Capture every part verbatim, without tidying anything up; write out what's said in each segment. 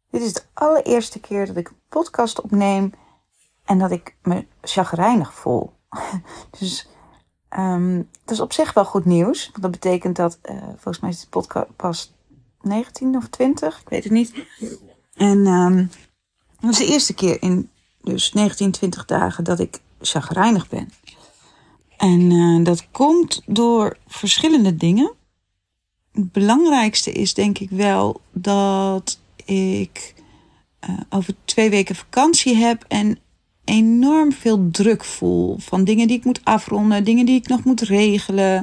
Dit is de allereerste keer dat ik een podcast opneem en dat ik me chagrijnig voel. Dus um, dat is op zich wel goed nieuws. Want dat betekent dat, uh, volgens mij is de podcast pas negentien of twintig, ik weet het niet. En um, dat is de eerste keer in dus negentien, twintig dagen dat ik chagrijnig ben. En uh, dat komt door verschillende dingen. Het belangrijkste is denk ik wel dat ik uh, over twee weken vakantie heb en enorm veel druk voel. Van dingen die ik moet afronden, dingen die ik nog moet regelen.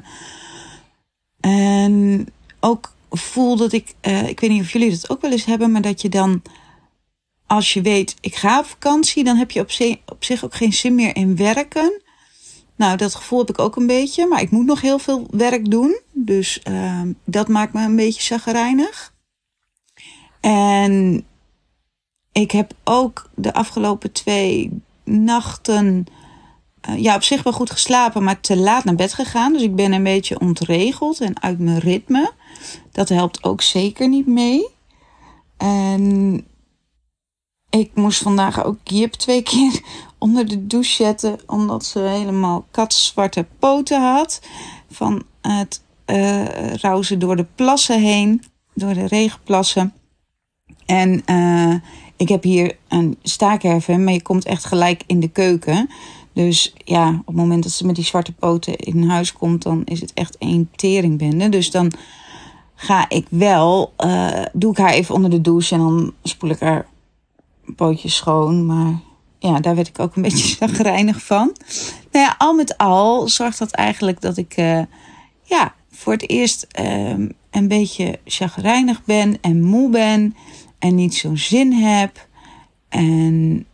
En ook voel dat ik, uh, ik weet niet of jullie dat ook wel eens hebben, maar dat je dan, als je weet, ik ga op vakantie, dan heb je op, zich, op zich ook geen zin meer in werken. Nou, dat gevoel heb ik ook een beetje, maar ik moet nog heel veel werk doen. Dus uh, dat maakt me een beetje chagrijnig. En ik heb ook de afgelopen twee nachten, uh, ja, op zich wel goed geslapen, maar te laat naar bed gegaan. Dus ik ben een beetje ontregeld en uit mijn ritme. Dat helpt ook zeker niet mee. En ik moest vandaag ook Jip twee keer onder de douche zetten, omdat ze helemaal katzwarte poten had. Van het uh, rauzen door de plassen heen, door de regenplassen. En uh, ik heb hier een staakerven, maar je komt echt gelijk in de keuken. Dus ja, op het moment dat ze met die zwarte poten in huis komt, dan is het echt één teringbende. Dus dan ga ik wel, uh, doe ik haar even onder de douche en dan spoel ik haar pootjes schoon. Maar ja, daar werd ik ook een beetje chagrijnig van. Nou ja, al met al zorgt dat eigenlijk dat ik uh, ja, voor het eerst uh, een beetje chagrijnig ben en moe ben en niet zo'n zin heb. En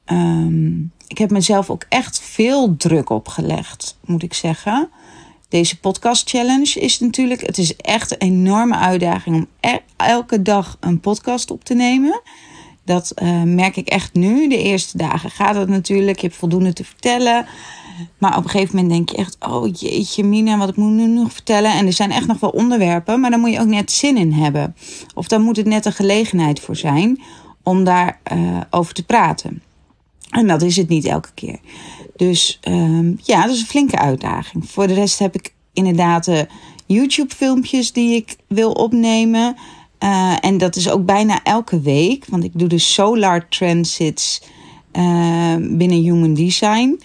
um, ik heb mezelf ook echt veel druk opgelegd, moet ik zeggen. Deze podcast challenge is natuurlijk, het is echt een enorme uitdaging om er, elke dag een podcast op te nemen. Dat uh, merk ik echt nu. De eerste dagen gaat het natuurlijk. Je hebt voldoende te vertellen. Maar op een gegeven moment denk je echt, oh jeetje Mina, wat moet ik nu nog vertellen? En er zijn echt nog wel onderwerpen, maar daar moet je ook net zin in hebben. Of dan moet het net een gelegenheid voor zijn om daar uh, over te praten. En dat is het niet elke keer. Dus uh, ja, dat is een flinke uitdaging. Voor de rest heb ik inderdaad uh, YouTube filmpjes die ik wil opnemen. Uh, en dat is ook bijna elke week. Want ik doe de Solar Transits uh, binnen Human Design.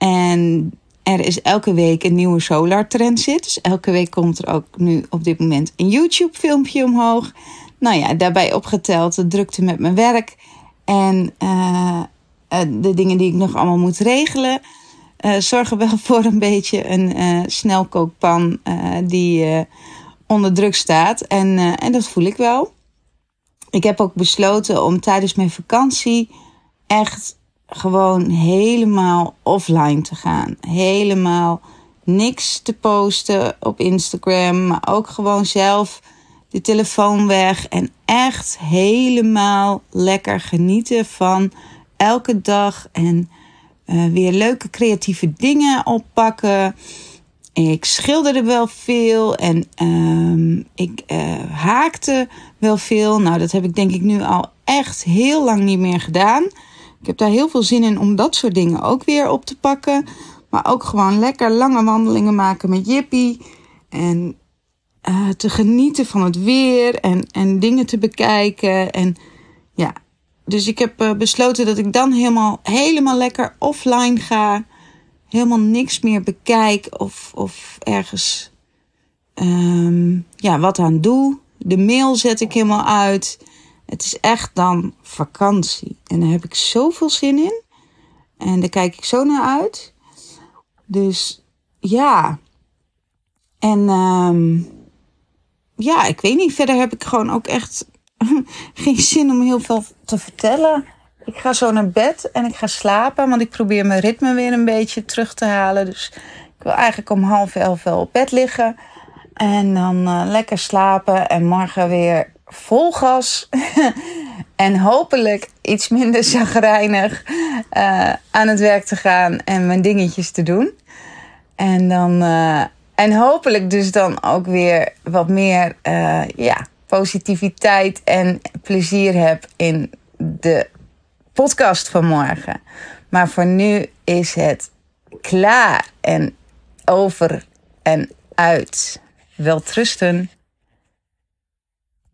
En er is elke week een nieuwe Solar Transit. Dus elke week komt er ook nu op dit moment een YouTube filmpje omhoog. Nou ja, daarbij opgeteld de drukte met mijn werk. En uh, uh, de dingen die ik nog allemaal moet regelen. Uh, zorgen wel voor een beetje een uh, snelkookpan uh, die Uh, onder druk staat. En, uh, en dat voel ik wel. Ik heb ook besloten om tijdens mijn vakantie echt gewoon helemaal offline te gaan. Helemaal niks te posten op Instagram. Maar ook gewoon zelf de telefoon weg. En echt helemaal lekker genieten van elke dag. En uh, weer leuke creatieve dingen oppakken. Ik schilderde wel veel en uh, ik uh, haakte wel veel. Nou, dat heb ik denk ik nu al echt heel lang niet meer gedaan. Ik heb daar heel veel zin in om dat soort dingen ook weer op te pakken. Maar ook gewoon lekker lange wandelingen maken met Jippie. En uh, te genieten van het weer en, en dingen te bekijken. En ja, dus ik heb uh, besloten dat ik dan helemaal, helemaal lekker offline ga. Helemaal niks meer bekijk of, of ergens um, ja, wat aan doe. De mail zet ik helemaal uit. Het is echt dan vakantie. En daar heb ik zoveel zin in. En daar kijk ik zo naar uit. Dus ja. En um, ja, ik weet niet. Verder heb ik gewoon ook echt geen zin om heel veel te vertellen. Ik ga zo naar bed en ik ga slapen, want ik probeer mijn ritme weer een beetje terug te halen. Dus ik wil eigenlijk om half elf wel op bed liggen. En dan uh, lekker slapen en morgen weer vol gas. En hopelijk iets minder chagrijnig uh, aan het werk te gaan en mijn dingetjes te doen. En dan uh, en hopelijk dus dan ook weer wat meer uh, ja, positiviteit en plezier heb in de podcast van morgen. Maar voor nu is het klaar en over en uit. Welterusten.